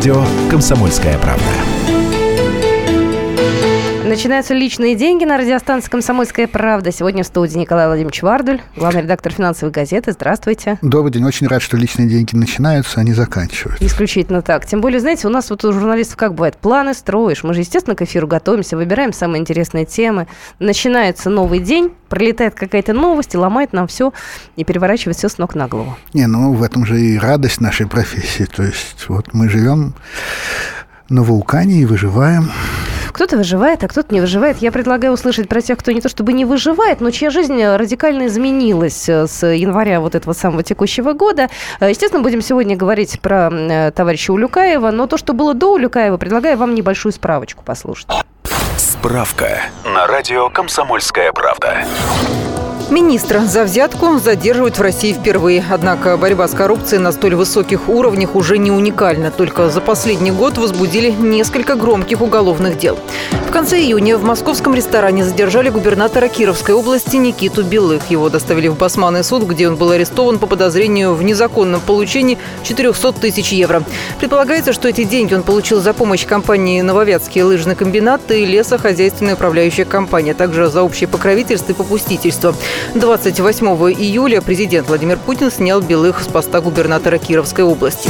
радио «Комсомольская правда». Начинаются личные деньги на радиостанции «Комсомольская правда». Сегодня в студии Николай Владимирович Вардуль, главный редактор финансовой газеты. Здравствуйте. Добрый день. Очень рад, что личные деньги начинаются, а не заканчиваются. Исключительно так. Тем более, знаете, у нас вот у журналистов как бывает, планы строишь. Мы же, естественно, к эфиру готовимся, выбираем самые интересные темы. Начинается новый день, пролетает какая-то новость и ломает нам все и переворачивает все с ног на голову. В этом же и радость нашей профессии. То есть вот мы живем на вулкане и выживаем. Кто-то выживает, а кто-то не выживает. Я предлагаю услышать про тех, кто не то чтобы не выживает, но чья жизнь радикально изменилась с января вот этого самого текущего года. Естественно, будем сегодня говорить про товарища Улюкаева, но то, что было до Улюкаева, предлагаю вам небольшую справочку послушать. Справка на радио «Комсомольская правда». Министра за взятку задерживают в России впервые. Однако борьба с коррупцией на столь высоких уровнях уже не уникальна. Только за последний год возбудили несколько громких уголовных дел. В конце июня в московском ресторане задержали губернатора Кировской области Никиту Белых. Его доставили в Басманный суд, где он был арестован по подозрению в незаконном получении 400 тысяч евро. Предполагается, что эти деньги он получил за помощь компании «Нововятский лыжный комбинат» и лесохозяйственная управляющая компания, а также за общее покровительство и попустительство. 28 июля президент Владимир Путин снял Белых с поста губернатора Кировской области.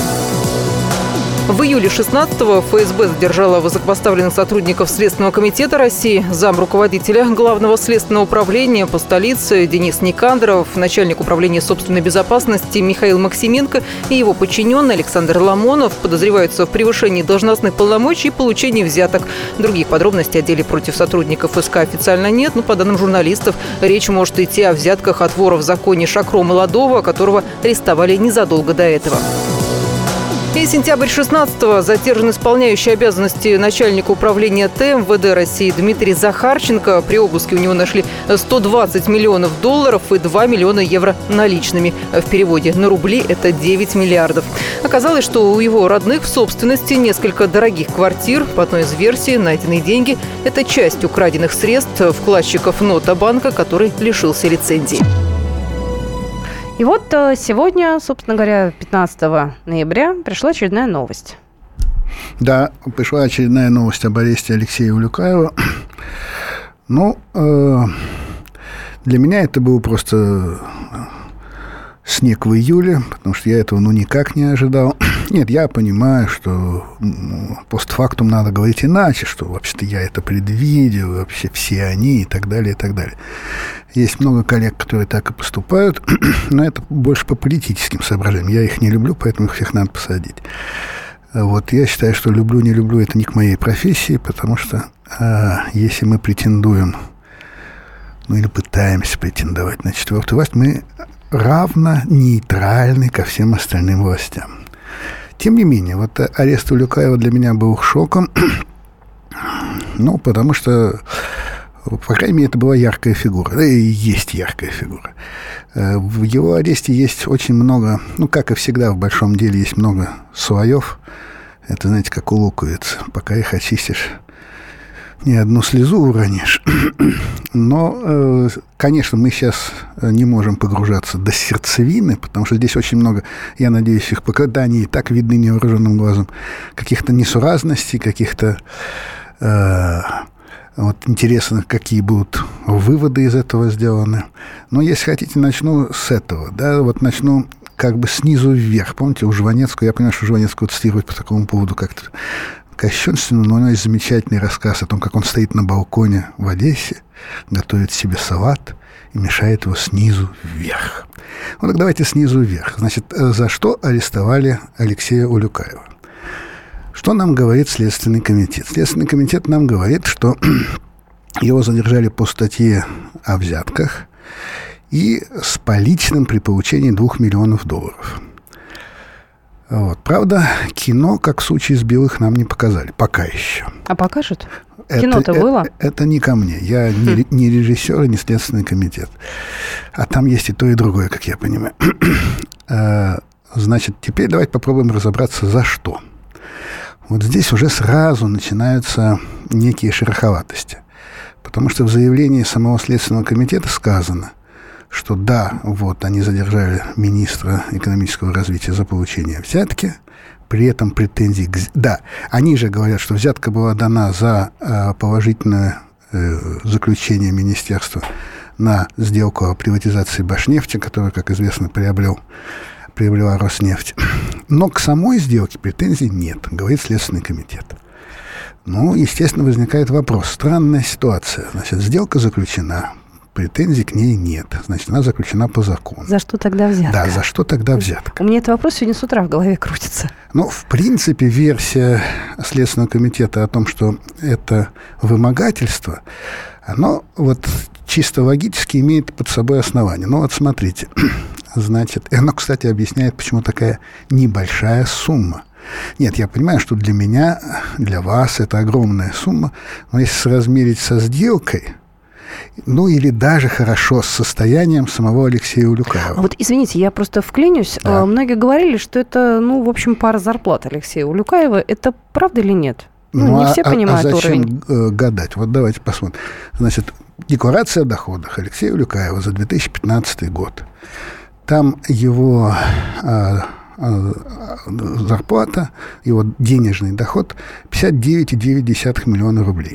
В июле 16-го ФСБ задержала высокопоставленных сотрудников Следственного комитета России, замруководителя Главного следственного управления по столице Денис Никандров, начальник управления собственной безопасности Михаил Максименко и его подчиненный Александр Ламонов подозреваются в превышении должностных полномочий и получении взяток. Других подробностей о деле против сотрудников СК официально нет, но по данным журналистов речь может идти о взятках от вора в законе Шакро Молодого, которого арестовали незадолго до этого. И сентябрь 16-го задержан исполняющий обязанности начальника управления МВД России Дмитрий Захарченко. При обыске у него нашли 120 миллионов долларов и 2 миллиона евро наличными. В переводе на рубли это 9 миллиардов. Оказалось, что у его родных в собственности несколько дорогих квартир. По одной из версий, найденные деньги – это часть украденных средств вкладчиков Нота-банка, который лишился лицензии. И вот сегодня, собственно говоря, 15 ноября, пришла очередная новость. Да, пришла очередная новость об аресте Алексея Улюкаева. Для меня это был просто снег в июле, потому что я этого никак не ожидал. Нет, я понимаю, что постфактум надо говорить иначе, что вообще-то я это предвидел, вообще все они и так далее, и так далее. Есть много коллег, которые так и поступают, но это больше по политическим соображениям. Я их не люблю, поэтому их всех надо посадить. Вот я считаю, что люблю, не люблю, это не к моей профессии, потому что если мы претендуем, или пытаемся претендовать на четвертую власть, мы равно нейтральны ко всем остальным властям. Тем не менее, вот арест Улюкаева для меня был шоком, потому что, по крайней мере, это была яркая фигура, да и есть яркая фигура. В его аресте есть очень много, как и всегда в большом деле, есть много слоев. Это, знаете, как у луковиц. Пока их очистишь, ни одну слезу уронишь. Но, конечно, мы сейчас не можем погружаться до сердцевины, потому что здесь очень много, я надеюсь, их они и так видны невооруженным глазом, каких-то несуразностей, каких-то интересно, какие будут выводы из этого сделаны. Но, если хотите, начну с этого. Начну как бы снизу вверх. Помните, у Жванецкого, я понимаю, что Жванецкого цитировать по такому поводу как-то кощунственно, но у него есть замечательный рассказ о том, как он стоит на балконе в Одессе, готовит себе салат и мешает его снизу вверх. Так давайте снизу вверх. Значит, за что арестовали Алексея Улюкаева? Что нам говорит Следственный комитет? Следственный комитет нам говорит, что его задержали по статье о взятках и с поличным при получении 2 миллионов долларов. Правда, кино, как в случае с Белых, нам не показали. Пока еще. А покажут? Кино-то было? Это не ко мне. Я не режиссер и не Следственный комитет. А там есть и то, и другое, как я понимаю. Значит, теперь давайте попробуем разобраться, за что. Вот здесь уже сразу начинаются некие шероховатости. Потому что в заявлении самого Следственного комитета сказано, что да, вот они задержали министра экономического развития за получение взятки, при этом претензий к... Да, они же говорят, что взятка была дана за положительное заключение министерства на сделку о приватизации Башнефти, которую, как известно, приобрела Роснефть. Но к самой сделке претензий нет, говорит Следственный комитет. Ну, естественно, возникает вопрос. Странная ситуация. Значит, сделка заключена, претензий к ней нет. Значит, она заключена по закону. За что тогда взятка? Да, за что тогда взятка? У меня этот вопрос сегодня с утра в голове крутится. Ну, в принципе, версия Следственного комитета о том, что это вымогательство, оно вот чисто логически имеет под собой основание. Ну, вот смотрите. Значит, и оно, кстати, объясняет, почему такая небольшая сумма. Нет, я понимаю, что для меня, для вас это огромная сумма, но если соразмерить со сделкой, ну или даже хорошо с состоянием самого Алексея Улюкаева. Вот, извините, я просто вклинюсь. Да. Многие говорили, что это, ну, в общем, пара зарплат Алексея Улюкаева. Это правда или нет? Ну, не все понимают уровень. Зачем гадать? Вот давайте посмотрим. Значит, декларация о доходах Алексея Улюкаева за 2015 год. Там его зарплата, его денежный доход 59,9 миллиона рублей.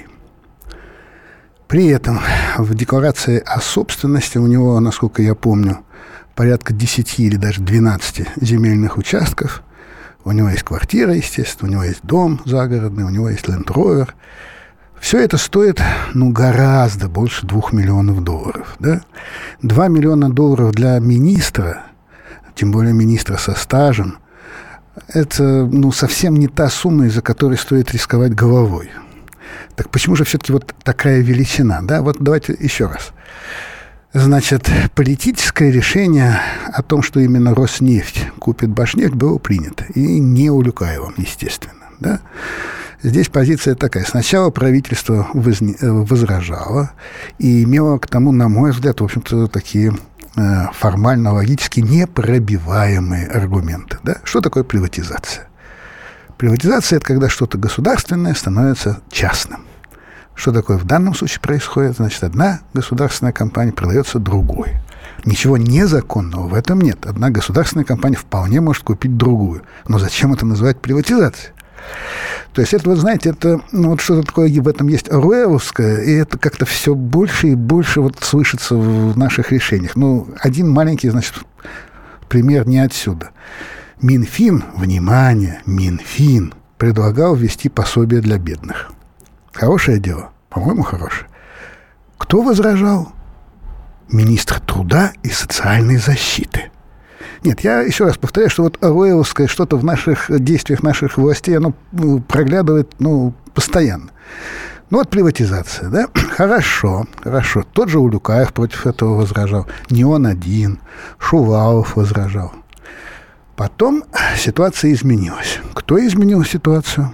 При этом в декларации о собственности у него, насколько я помню, порядка 10 или даже 12 земельных участков. У него есть квартира, естественно, у него есть дом загородный, у него есть Land Rover. Все это стоит, ну, гораздо больше 2 миллионов долларов. Да? 2 миллиона долларов для министра, тем более министра со стажем, это, ну, совсем не та сумма, из-за которой стоит рисковать головой. Так почему же все-таки вот такая величина? Да? Вот давайте еще раз. Значит, политическое решение о том, что именно Роснефть купит Башнефть, было принято. И не Улюкаевым, естественно. Да? Здесь позиция такая. Сначала правительство возражало и имело к тому, на мой взгляд, в общем-то, такие формально-логически непробиваемые аргументы. Да? Что такое приватизация? Приватизация – это когда что-то государственное становится частным. Что такое в данном случае происходит? Значит, одна государственная компания продается другой. Ничего незаконного в этом нет. Одна государственная компания вполне может купить другую. Но зачем это называть приватизацией? То есть это, вы знаете, это, ну, вот что-то такое в этом есть оруэлловское, и это как-то все больше и больше вот слышится в наших решениях. Ну, один маленький, значит, пример не отсюда. Минфин, внимание, Минфин предлагал ввести пособие для бедных. Хорошее дело? По-моему, хорошее. Кто возражал? Министр труда и социальной защиты. Нет, я еще раз повторяю, что вот оруэлловское что-то в наших действиях наших властей, оно проглядывает, ну, постоянно. Ну, вот приватизация, да? Хорошо, хорошо. Тот же Улюкаев против этого возражал. Не он один. Шувалов возражал. Потом ситуация изменилась. Кто изменил ситуацию?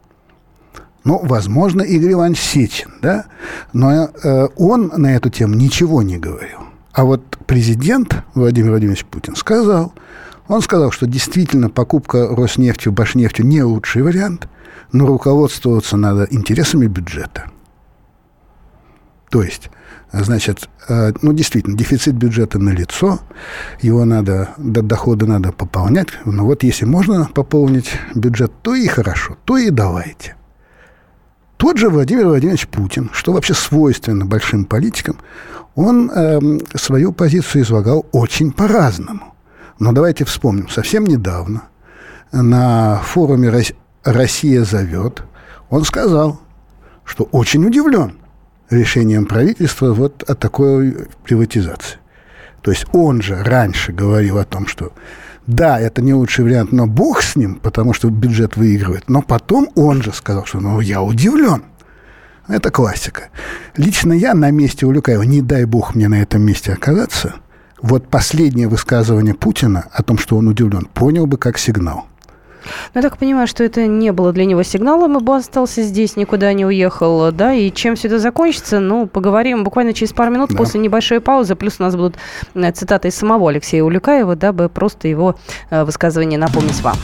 Ну, возможно, Игорь Иванович Сечин, да? Но он на эту тему ничего не говорил. А вот президент Владимир Владимирович Путин сказал, он сказал, что действительно покупка Роснефтью, Башнефтью не лучший вариант, но руководствоваться надо интересами бюджета. То есть, значит, ну, действительно, дефицит бюджета налицо, его надо, доходы надо пополнять. Но вот если можно пополнить бюджет, то и хорошо, то и давайте. Тот же Владимир Владимирович Путин, что вообще свойственно большим политикам, он свою позицию излагал очень по-разному. Но давайте вспомним. Совсем недавно на форуме «Россия зовет» он сказал, что очень удивлен решением правительства вот о такой приватизации. То есть он же раньше говорил о том, что да, это не лучший вариант, но бог с ним, потому что бюджет выигрывает. Но потом он же сказал, что ну, я удивлен. Это классика. Лично я на месте Улюкаева, не дай бог мне на этом месте оказаться, вот последнее высказывание Путина о том, что он удивлен, понял бы как сигнал. Ну, я так понимаю, что это не было для него сигналом, ибо остался здесь, никуда не уехал, да, и чем все это закончится, ну, поговорим буквально через пару минут, да, после небольшой паузы, плюс у нас будут цитаты из самого Алексея Улюкаева, дабы просто его высказывание напомнить вам.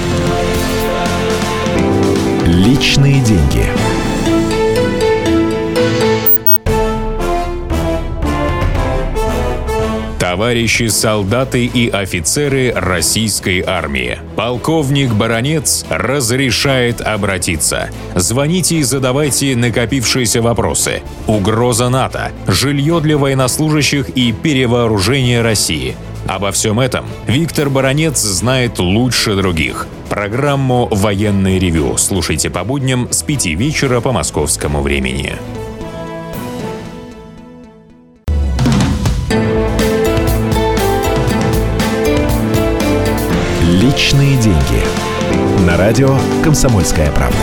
Личные деньги. Товарищи солдаты и офицеры российской армии, полковник Баранец разрешает обратиться. Звоните и задавайте накопившиеся вопросы. Угроза НАТО, жилье для военнослужащих и перевооружение России. Обо всем этом Виктор Баранец знает лучше других. Программу «Военное ревю» слушайте по будням с 5 вечера по московскому времени. Личные деньги. На радио «Комсомольская правда».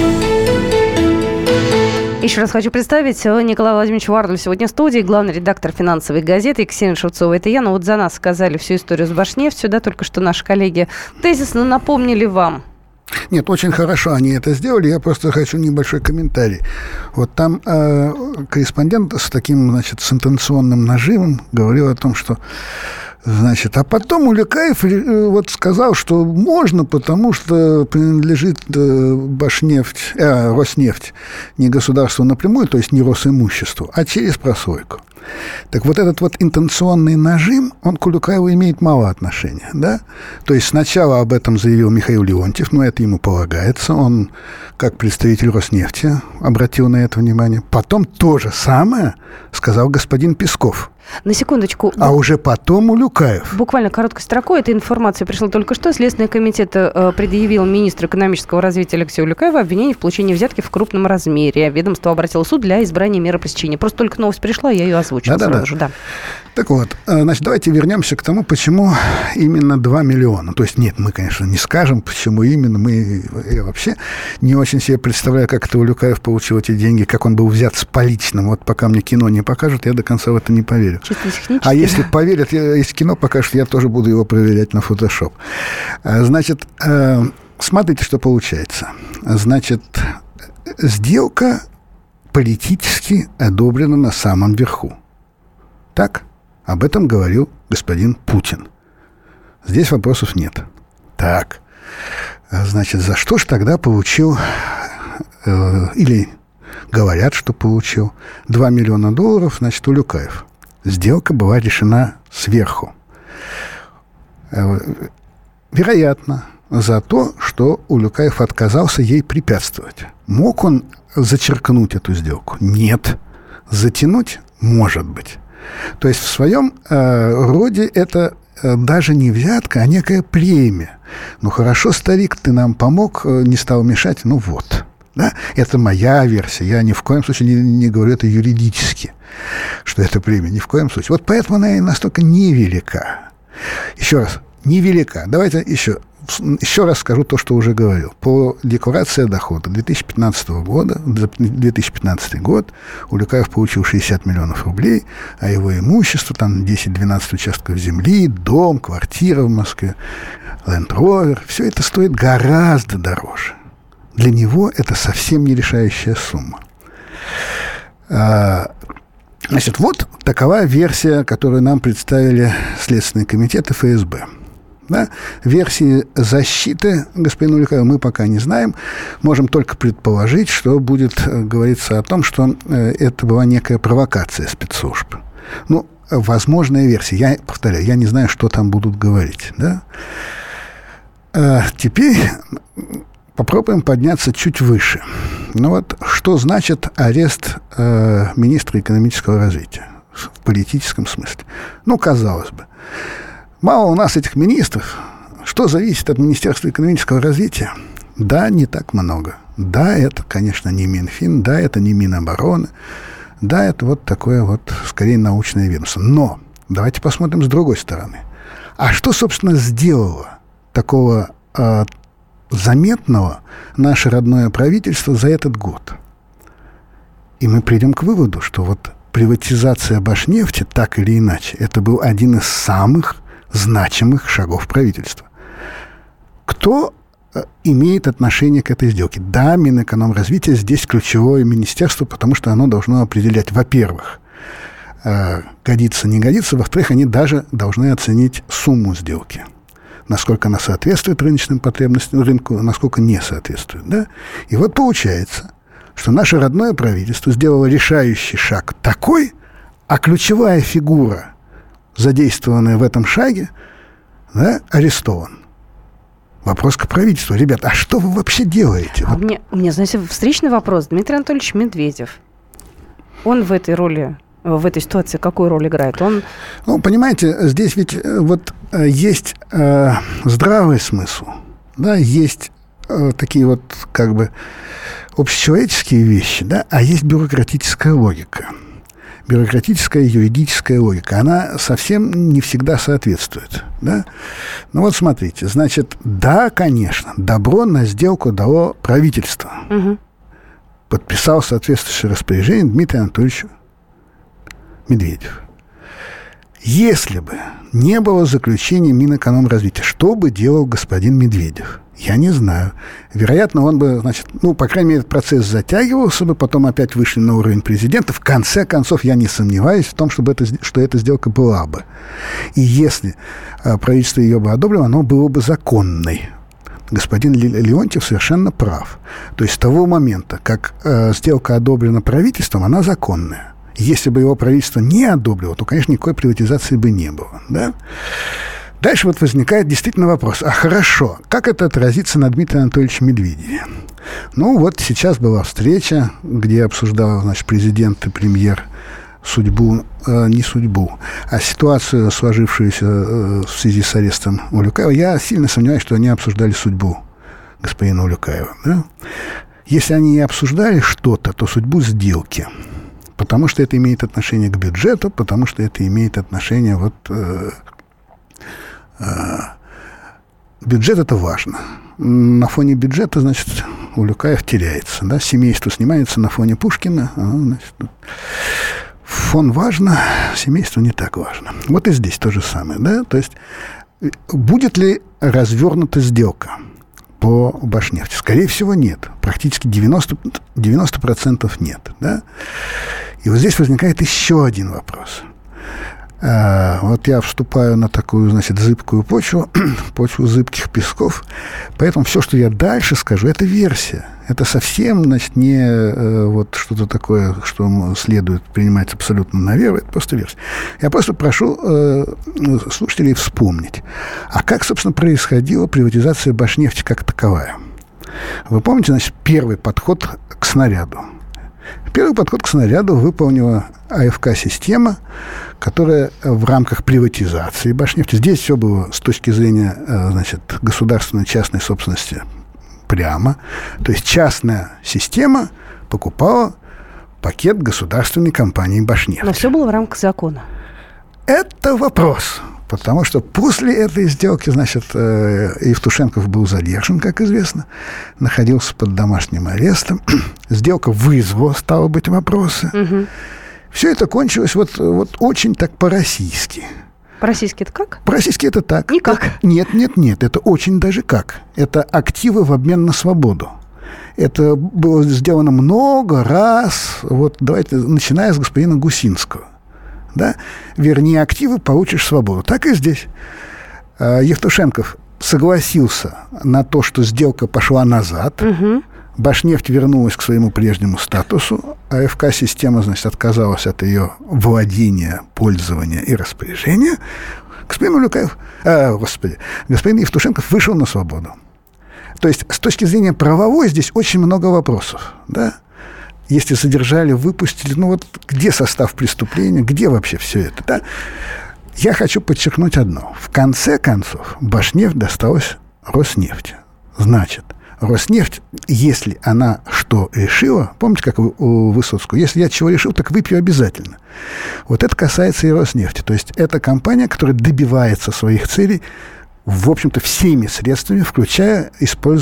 Еще раз хочу представить Николая Владимировича Вардуль сегодня в студии, главный редактор финансовой газеты, Екатерина Шевцова. Это я, но вот за нас сказали всю историю с Башнефтью, да, только что наши коллеги тезисно напомнили вам. Нет, очень хорошо они это сделали. Я просто хочу небольшой комментарий. Вот там корреспондент с таким, значит, с интонационным нажимом говорил о том, что, значит, а потом Улюкаев вот сказал, что можно, потому что принадлежит Роснефть не государству напрямую, то есть не Росимуществу, а через прослойку. Так вот этот вот интонационный нажим, он к Улюкаеву имеет мало отношения, да? То есть сначала об этом заявил Михаил Леонтьев, но это ему полагается, он как представитель Роснефти обратил на это внимание. Потом то же самое сказал господин Песков. На секундочку. А уже потом Улюкаев. Буквально короткой строкой эта информация пришла только что. Следственный комитет предъявил министру экономического развития Алексею Улюкаеву обвинение в получении взятки в крупном размере. Ведомство обратило в суд для избрания меры пресечения. Просто только новость пришла, я ее озвучила сразу же. Да. Так вот, значит, давайте вернемся к тому, почему именно 2 миллиона. То есть, нет, мы, конечно, не скажем, почему именно. Я вообще не очень себе представляю, как это Улюкаев получил эти деньги, как он был взят с поличным. Вот пока мне кино не покажут, я до конца в это не поверю. Чисто технически. А если поверят, если кино покажут, я тоже буду его проверять на фотошоп. Значит, смотрите, что получается. Значит, сделка политически одобрена на самом верху. Так? Об этом говорил господин Путин. Здесь вопросов нет. Так. Значит, за что ж тогда получил, или говорят, что получил, $2 миллиона, значит, Улюкаев? Сделка была решена сверху. Вероятно, за то, что Улюкаев отказался ей препятствовать. Мог он зачеркнуть эту сделку? Нет. Затянуть? Может быть. То есть в своем роде это даже не взятка, а некая премия. Ну, хорошо, старик, ты нам помог, не стал мешать, ну вот. Да? Это моя версия. Я ни в коем случае не говорю это юридически, что это премия. Ни в коем случае. Вот поэтому она и настолько невелика. Еще раз, невелика. Давайте еще раз скажу то, что уже говорил. По декларации дохода 2015 года, 2015 год, Улюкаев получил 60 миллионов рублей, а его имущество, там 10-12 участков земли, дом, квартира в Москве, Land Rover, все это стоит гораздо дороже. Для него это совсем не решающая сумма. Значит, вот такова версия, которую нам представили Следственный комитет и ФСБ. Да? Версии защиты господина Улюкаева мы пока не знаем. Можем только предположить, что будет говориться о том, что это была некая провокация спецслужб. Ну, возможная версия. Я повторяю, я не знаю, что там будут говорить. Да? Теперь попробуем подняться чуть выше. Ну вот, что значит арест министра экономического развития в политическом смысле? Ну, казалось бы. Мало у нас этих министров. Что зависит от Министерства экономического развития? Да, не так много. Да, это, конечно, не Минфин, да, это не Минобороны, да, это вот такое вот, скорее, научное ведомство. Но давайте посмотрим с другой стороны. А что, собственно, сделало такого заметного наше родное правительство за этот год? И мы придем к выводу, что вот приватизация Башнефти, так или иначе, это был один из самых значимых шагов правительства. Кто имеет отношение к этой сделке? Да, Минэкономразвития здесь ключевое министерство, потому что оно должно определять, во-первых, годится, не годится, во-вторых, они даже должны оценить сумму сделки. Насколько она соответствует рыночным потребностям рынку, насколько не соответствует. Да? И вот получается, что наше родное правительство сделало решающий шаг такой, а ключевая фигура задействованные в этом шаге, да, арестован. Вопрос к правительству. Ребят, а что вы вообще делаете? У меня, знаете, встречный вопрос. Дмитрий Анатольевич Медведев. Он в этой роли, в этой ситуации какую роль играет? Ну, понимаете, здесь ведь вот есть здравый смысл, да, есть такие вот как бы общечеловеческие вещи, да, а есть бюрократическая логика. Бюрократическая, юридическая логика, она совсем не всегда соответствует. Да? Ну вот смотрите, значит, да, конечно, добро на сделку дало правительство. Угу. Подписал соответствующее распоряжение Дмитрий Анатольевич Медведев. Если бы не было заключения Минэкономразвития, что бы делал господин Медведев? Я не знаю. Вероятно, он бы, значит, по крайней мере, этот процесс затягивался бы, потом опять вышли на уровень президента. В конце концов, я не сомневаюсь в том, что эта сделка была бы. И если правительство ее бы одобрило, оно было бы законной. Господин Леонтьев совершенно прав. То есть с того момента, как сделка одобрена правительством, она законная. Если бы его правительство не одобрило, то, конечно, никакой приватизации бы не было. Да? Дальше вот возникает действительно вопрос. А хорошо, как это отразится на Дмитрии Анатольевиче Медведеве? Ну, вот сейчас была встреча, где обсуждал, значит, президент и премьер не судьбу, а ситуацию, сложившуюся в связи с арестом Улюкаева. Я сильно сомневаюсь, что они обсуждали судьбу господина Улюкаева. Да? Если они и обсуждали что-то, то судьбу сделки. Потому что это имеет отношение к бюджету, потому что это имеет отношение бюджет — это важно. На фоне бюджета, значит, Улюкаев теряется. Да? Семейство снимается на фоне Пушкина. Значит, фон важно, семейство не так важно. Вот и здесь то же самое. Да? То есть будет ли развернута сделка по Башнефти? Скорее всего, нет. Практически 90% нет. Да? И вот здесь возникает еще один вопрос. Вот я вступаю на такую, значит, зыбкую почву зыбких песков, поэтому все, что я дальше скажу, это версия. Это совсем, значит, не вот что-то такое, что следует принимать абсолютно на веру, это просто версия. Я просто прошу слушателей вспомнить, а как, собственно, происходила приватизация Башнефти как таковая. Вы помните, значит, первый подход к снаряду? Первый подход к снаряду выполнила АФК-система, которая в рамках приватизации Башнефти, здесь все было с точки зрения, значит, государственной частной собственности прямо, то есть частная система покупала пакет государственной компании Башнефть. Но все было в рамках закона. Это вопрос. Потому что после этой сделки, значит, Евтушенков был задержан, как известно, находился под домашним арестом. Сделка вызвала, стало быть, вопросы. Угу. Все это кончилось вот очень так по-российски. По-российски это как? По-российски это так. Никак. Нет, это очень даже как. Это активы в обмен на свободу. Это было сделано много раз, вот давайте, начиная с господина Гусинского. Да? Верни активы, получишь свободу. Так и здесь. Евтушенков согласился на то, что сделка пошла назад. Угу. Башнефть вернулась к своему прежнему статусу. АФК-система, значит, отказалась от ее владения, пользования и распоряжения. Господин Евтушенков вышел на свободу. То есть, с точки зрения правовой, здесь очень много вопросов. Да? Если задержали, выпустили, где состав преступления, где вообще все это, да? Я хочу подчеркнуть одно. В конце концов, Башнефть досталась Роснефти. Значит, Роснефть, если она что решила, помните, как у Высоцкого, если я чего решил, так выпью обязательно. Вот это касается и Роснефти. То есть это компания, которая добивается своих целей, в общем-то, всеми средствами, включая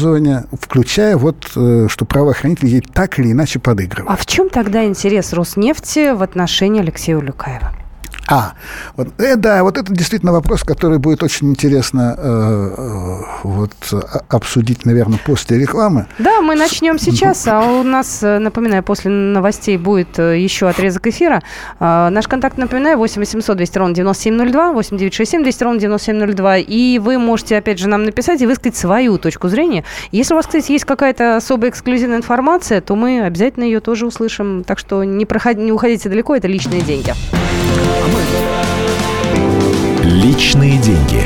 что правоохранители ей так или иначе подыгрывают. А в чем тогда интерес Роснефти в отношении Алексея Улюкаева? Вот это действительно вопрос, который будет очень интересно обсудить, наверное, после рекламы. Да, мы начнем сейчас, а у нас, напоминаю, после новостей будет еще отрезок эфира. Наш контакт, напоминаю, 8 800 200 ровно 9702, 8 967 200 ровно 9702. И вы можете, опять же, нам написать и высказать свою точку зрения. Если у вас, кстати, есть какая-то особая эксклюзивная информация, то мы обязательно ее тоже услышим. Так что не уходите далеко, это личные деньги. Личные деньги.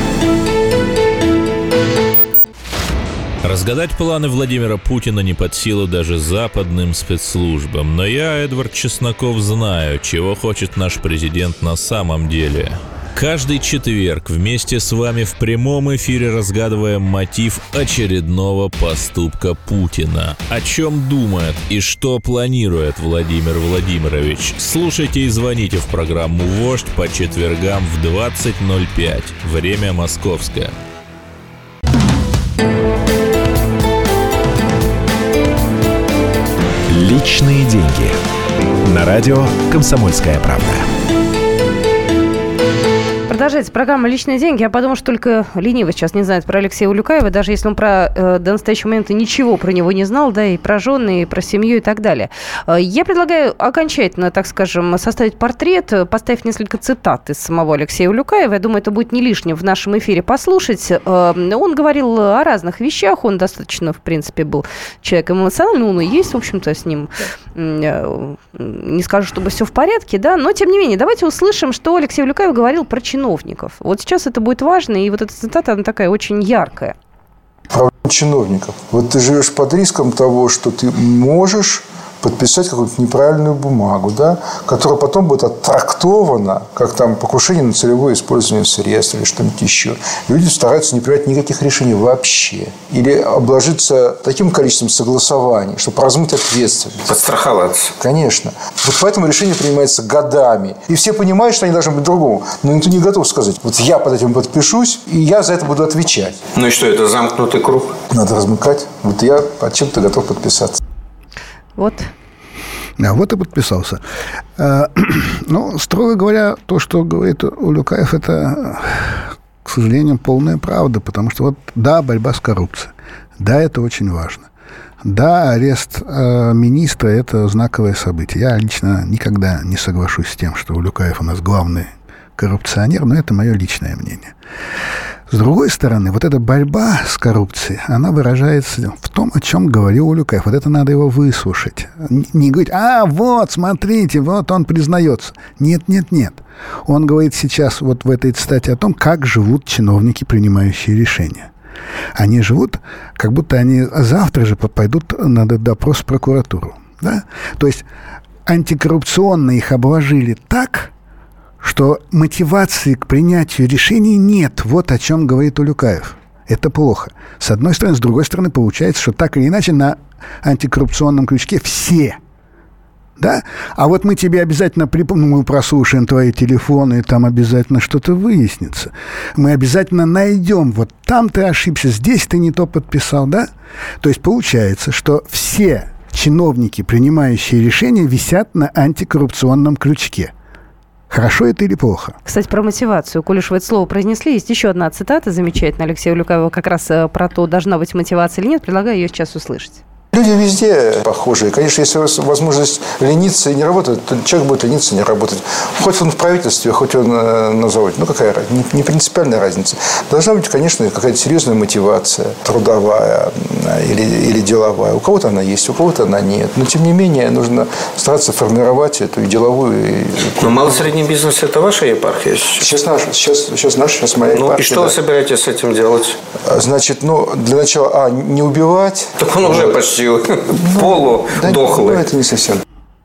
Разгадать планы Владимира Путина не под силу даже западным спецслужбам. Но я, Эдвард Чесноков, знаю, чего хочет наш президент на самом деле. Каждый четверг вместе с вами в прямом эфире разгадываем мотив очередного поступка Путина. О чем думает и что планирует Владимир Владимирович? Слушайте и звоните в программу «Вождь» по четвергам в 20:05. Время московское. Личные деньги. На радио «Комсомольская правда». Продолжается программа «Личные деньги». Я подумала, что только ленивый сейчас не знает про Алексея Улюкаева, даже если он до настоящего момента ничего про него не знал, да, и про жены, и про семью, и так далее. Я предлагаю окончательно, так скажем, составить портрет, поставив несколько цитат из самого Алексея Улюкаева. Я думаю, это будет не лишним в нашем эфире послушать. Он говорил о разных вещах, он достаточно, в принципе, был человеком эмоциональным, он и есть, в общем-то, с ним, не скажу, чтобы все в порядке, да, но, тем не менее, давайте услышим, что Алексей Улюкаев говорил про чиновников. Вот сейчас это будет важно, и вот эта цитата, она такая очень яркая. Про чиновников. Вот ты живешь под риском того, что ты можешь подписать какую-то неправильную бумагу, да, которая потом будет оттрактована как там покушение на целевое использование средств или что-нибудь еще. Люди стараются не принимать никаких решений вообще. Или обложиться таким количеством согласований, чтобы размыть ответственность. Подстраховаться. Конечно. Вот поэтому решение принимается годами. И все понимают, что они должны быть другому. Но никто не готов сказать, вот я под этим подпишусь, и я за это буду отвечать. Ну и что, это замкнутый круг? Надо размыкать. Вот я под чем-то готов подписаться. Вот. Да, вот и подписался. Ну, строго говоря, то, что говорит Улюкаев, это, к сожалению, полная правда. Потому что, вот, да, борьба с коррупцией. Да, это очень важно. Да, арест министра – это знаковое событие. Я лично никогда не соглашусь с тем, что Улюкаев у нас главный коррупционер, но это мое личное мнение. С другой стороны, вот эта борьба с коррупцией, она выражается в том, о чем говорил Улюкаев. Вот это надо его выслушать. Не говорить, вот, смотрите, вот он признается. Нет. Он говорит сейчас вот в этой цитате о том, как живут чиновники, принимающие решения. Они живут, как будто они завтра же пойдут на допрос в прокуратуру. Да? То есть антикоррупционно их обложили так, что мотивации к принятию решений нет. Вот о чем говорит Улюкаев. Это плохо. С одной стороны. С другой стороны, получается, что так или иначе на антикоррупционном крючке все. Да? А вот мы тебе обязательно мы прослушаем твои телефоны, и там обязательно что-то выяснится. Мы обязательно найдем. Вот там ты ошибся, здесь ты не то подписал. Да? То есть получается, что все чиновники, принимающие решения, висят на антикоррупционном крючке. Хорошо это или плохо? Кстати, про мотивацию. Коль уж вы это слово произнесли, есть еще одна цитата замечательная Алексея Улюкаева, как раз про то, должна быть мотивация или нет. Предлагаю ее сейчас услышать. Люди везде похожие. Конечно, если у вас возможность лениться и не работать, то человек будет лениться и не работать. Хоть он в правительстве, хоть он на заводе. Ну, какая разница? Не принципиальная разница. Должна быть, конечно, какая-то серьезная мотивация, трудовая или деловая. У кого-то она есть, у кого-то она нет. Но, тем не менее, нужно стараться формировать эту и деловую... Но малый и средний бизнес – это ваша епархия? Сейчас наша, сейчас моя епархия. И что вы собираетесь с этим делать? Значит, для начала, не убивать. Так он уже почти полудохлый. Это не совсем.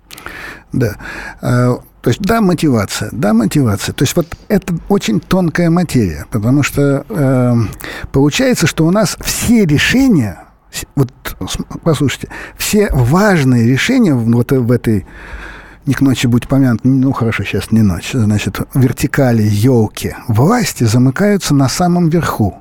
Да. То есть, мотивация. То есть, вот это очень тонкая материя, потому что получается, что у нас все решения, вот послушайте, все важные решения вот в этой, не к ночи будь помянут, ну хорошо, сейчас не ночь, значит, вертикали, елки власти замыкаются на самом верху.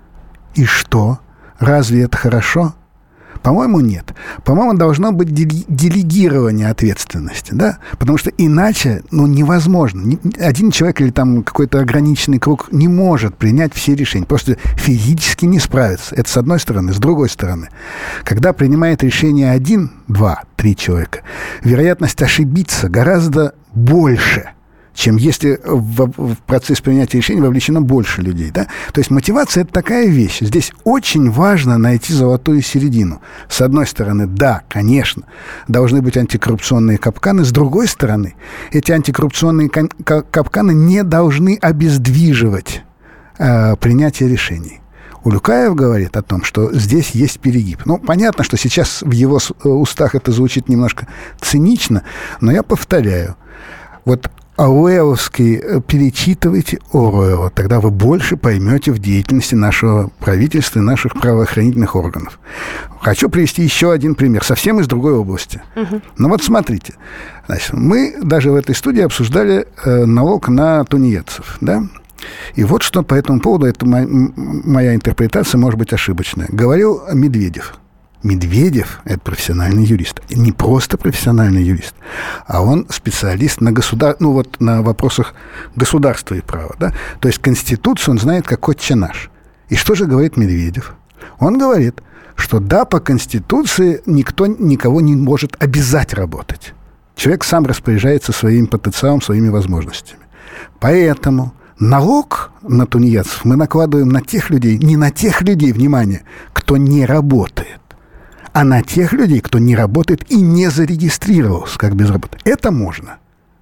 И что? Разве это хорошо? По-моему, нет. По-моему, должно быть делегирование ответственности, да? Потому что иначе, невозможно. Один человек или там какой-то ограниченный круг не может принять все решения. Просто физически не справится. Это с одной стороны. С другой стороны, когда принимает решение 1, 2, 3 человека, вероятность ошибиться гораздо больше, чем если в процесс принятия решений вовлечено больше людей. Да? То есть мотивация – это такая вещь. Здесь очень важно найти золотую середину. С одной стороны, да, конечно, должны быть антикоррупционные капканы. С другой стороны, эти антикоррупционные капканы не должны обездвиживать принятие решений. Улюкаев говорит о том, что здесь есть перегиб. Ну, понятно, что сейчас в его устах это звучит немножко цинично, но я повторяю. Вот Оруэлловский перечитывайте Оруэлла, тогда вы больше поймете в деятельности нашего правительства и наших правоохранительных органов. Хочу привести еще один пример, совсем из другой области. Ну вот смотрите, значит, мы даже в этой студии обсуждали налог на тунеядцев, да? И вот что по этому поводу, это моя интерпретация может быть ошибочная. Говорил Медведев. Медведев – это профессиональный юрист. Не просто профессиональный юрист, а он специалист на на вопросах государства и права. Да? То есть Конституцию он знает как отче наш. И что же говорит Медведев? Он говорит, что да, по Конституции никто никого не может обязать работать. Человек сам распоряжается своим потенциалом, своими возможностями. Поэтому налог на тунеядцев мы накладываем на тех людей, не на тех людей, внимание, кто не работает, а на тех людей, кто не работает и не зарегистрировался как безработный. Это можно.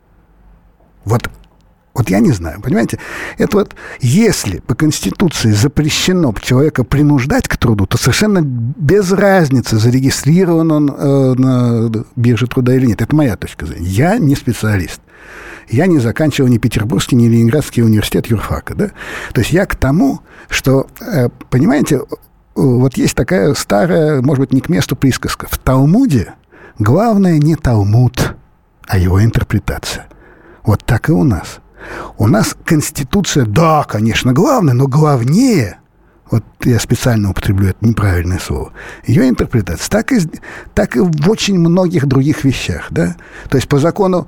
Вот я не знаю, понимаете? Это вот если по Конституции запрещено человека принуждать к труду, то совершенно без разницы, зарегистрирован он на бирже труда или нет. Это моя точка зрения. Я не специалист. Я не заканчивал ни Петербургский, ни Ленинградский университет юрфака. Да? То есть я к тому, что, понимаете, вот есть такая старая, может быть, не к месту присказка. В Талмуде главное не Талмуд, а его интерпретация. Вот так и у нас. У нас Конституция, да, конечно, главное, но главнее, вот я специально употреблю это неправильное слово, ее интерпретация, так и в очень многих других вещах. Да? То есть по закону,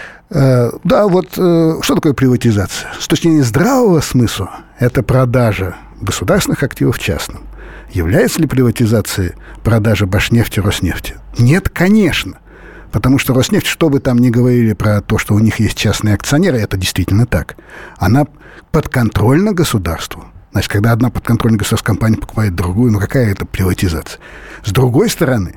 что такое приватизация? С точки зрения здравого смысла, это продажа государственных активов частным. Является ли приватизацией продажа Башнефти, Роснефти? Нет, конечно. Потому что Роснефть, что бы там ни говорили про то, что у них есть частные акционеры, это действительно так. Она подконтрольна государству. Значит, когда одна подконтрольная государственная компания покупает другую, какая это приватизация? С другой стороны,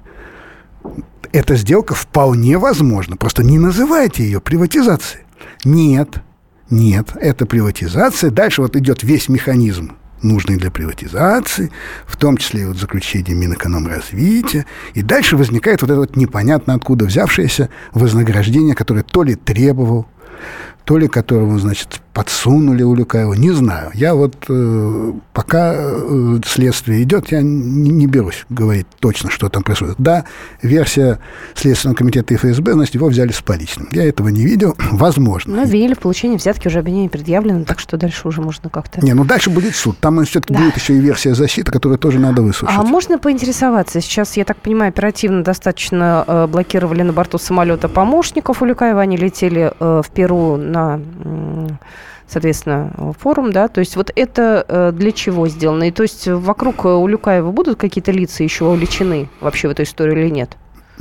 эта сделка вполне возможна. Просто не называйте ее приватизацией. Нет, это приватизация. Дальше вот идет весь механизм, нужный для приватизации, в том числе и вот заключение Минэкономразвития. И дальше возникает вот это вот непонятно откуда взявшееся вознаграждение, которое то ли требовал, то ли которому, значит, подсунули Улюкаеву, не знаю. Я вот пока следствие идет, я не берусь говорить точно, что там происходит. Да, версия Следственного комитета и ФСБ, значит, его взяли с поличным. Я этого не видел, возможно. Но обвинили в получении взятки, уже обвинение предъявлено, так что дальше уже можно как-то... Дальше будет суд. Там все-таки будет еще и версия защиты, которую тоже надо выслушать. А можно поинтересоваться? Сейчас, я так понимаю, оперативно достаточно блокировали на борту самолета помощников Улюкаева. Они летели в Перу на... соответственно, форум, да, то есть вот это для чего сделано? И то есть вокруг Улюкаева будут какие-то лица еще увлечены вообще в эту историю или нет?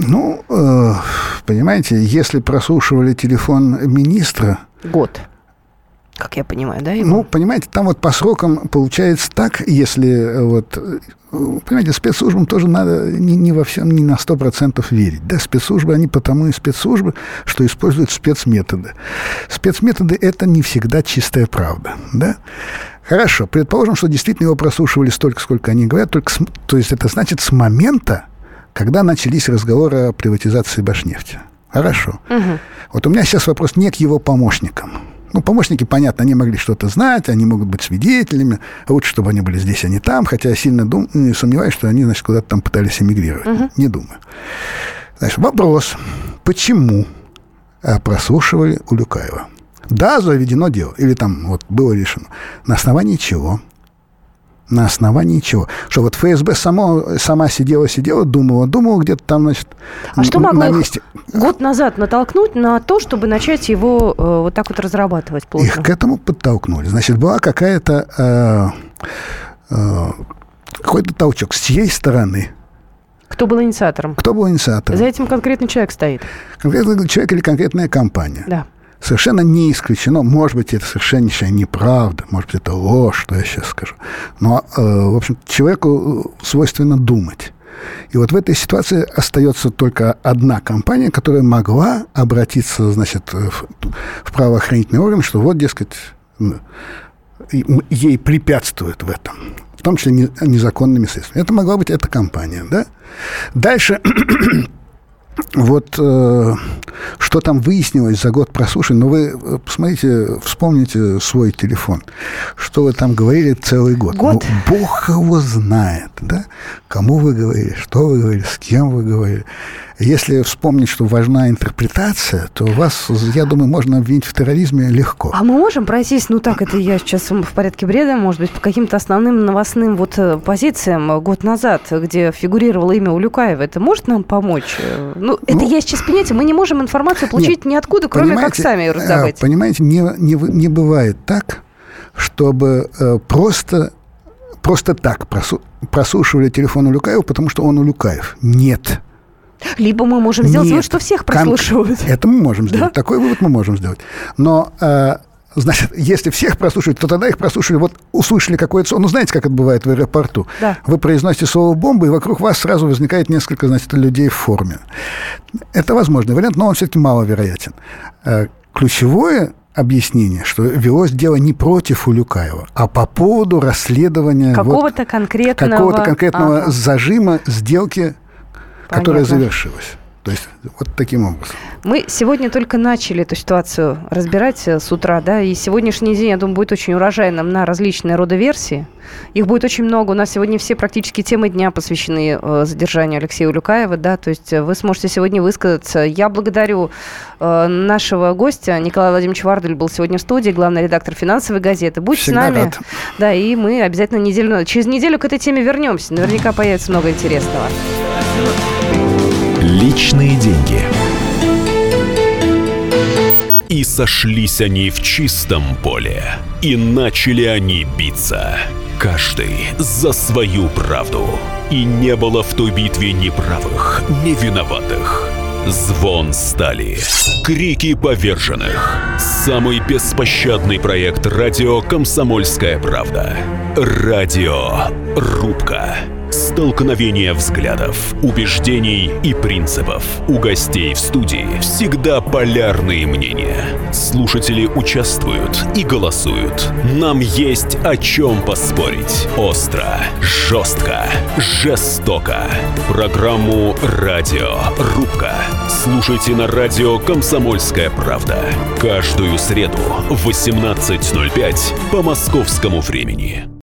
Понимаете, если прослушивали телефон министра... Год, как я понимаю, да? Его? Понимаете, там вот по срокам получается так, если вот... Понимаете, спецслужбам тоже надо не во всем, не на 100% верить. Да, спецслужбы, они потому и спецслужбы, что используют спецметоды. Спецметоды – это не всегда чистая правда, да? Хорошо, предположим, что действительно его прослушивали столько, сколько они говорят, то есть это значит с момента, когда начались разговоры о приватизации Башнефти. Хорошо. Угу. Вот у меня сейчас вопрос не к его помощникам. Помощники, понятно, они могли что-то знать, они могут быть свидетелями. Лучше, чтобы они были здесь, а не там. Хотя я сильно сомневаюсь, что они, значит, куда-то там пытались эмигрировать. Не думаю. Значит, вопрос. Почему прослушивали Улюкаева? Да, заведено дело. Или там вот было решено. На основании чего? На основании чего? Что вот ФСБ сама сидела, думала где-то там, значит, А что могло их год назад натолкнуть на то, чтобы начать его вот так вот разрабатывать плотно? Их к этому подтолкнули. Значит, была какой-то толчок с чьей стороны. Кто был инициатором? Кто был инициатором? За этим конкретный человек стоит. Конкретный человек или конкретная компания? Да. Совершенно не исключено, может быть, это совершеннейшая неправда, может быть, это ложь, что я сейчас скажу. Но, в общем, человеку свойственно думать. И вот в этой ситуации остается только одна компания, которая могла обратиться, значит, в правоохранительные органы, что вот, дескать, ей препятствуют в этом, в том числе незаконными средствами. Это могла быть эта компания, да? Дальше... Вот что там выяснилось за год прослушивания, вы посмотрите, вспомните свой телефон, что вы там говорили целый год. Год? Ну, Бог его знает, да? Кому вы говорили, что вы говорили, с кем вы говорили. Если вспомнить, что важна интерпретация, то вас, я думаю, можно обвинить в терроризме легко. А мы можем пройтись, ну так, это я сейчас в порядке бреда, может быть, по каким-то основным новостным вот позициям год назад, где фигурировало имя Улюкаева, это может нам помочь? Ну, это я сейчас, понимаете, мы не можем информацию получить ниоткуда, кроме как сами ее раздавать. Понимаете, не бывает так, чтобы просто так прослушивали телефон Улюкаева, потому что он Улюкаев. Нет. Либо мы можем сделать вывод, что всех прослушивают. Это мы можем сделать. Да? Такой вывод мы можем сделать. Но, значит, если всех прослушивают, то тогда их прослушали, вот услышали какое-то слово. Ну, знаете, как это бывает в аэропорту? Да. Вы произносите слово «бомба», и вокруг вас сразу возникает несколько, значит, людей в форме. Это возможный вариант, но он все-таки маловероятен. Ключевое объяснение, что велось дело не против Улюкаева, а по поводу расследования какого-то конкретного зажима сделки, которая завершилась. То есть вот таким образом. Мы сегодня только начали эту ситуацию разбирать с утра, да, и сегодняшний день, я думаю, будет очень урожайным на различные роды версии. Их будет очень много. У нас сегодня все практически темы дня посвящены задержанию Алексея Улюкаева, да, то есть вы сможете сегодня высказаться. Я благодарю нашего гостя. Николай Владимирович Вардель был сегодня в студии, главный редактор «Финансовой газеты». Будьте всегда с нами. Рад. Да, и мы обязательно через неделю к этой теме вернемся. Наверняка появится много интересного. Личные деньги. И сошлись они в чистом поле, и начали они биться, каждый за свою правду. И не было в той битве ни правых, ни виноватых. Звон стали, крики поверженных. Самый беспощадный проект радио «Комсомольская правда». Радиорубка. Столкновение взглядов, убеждений и принципов. У гостей в студии всегда полярные мнения. Слушатели участвуют и голосуют. Нам есть о чем поспорить. Остро, жестко, жестоко. Программу «Радиорубка» слушайте на радио «Комсомольская правда». Каждую среду в 18:05 по московскому времени.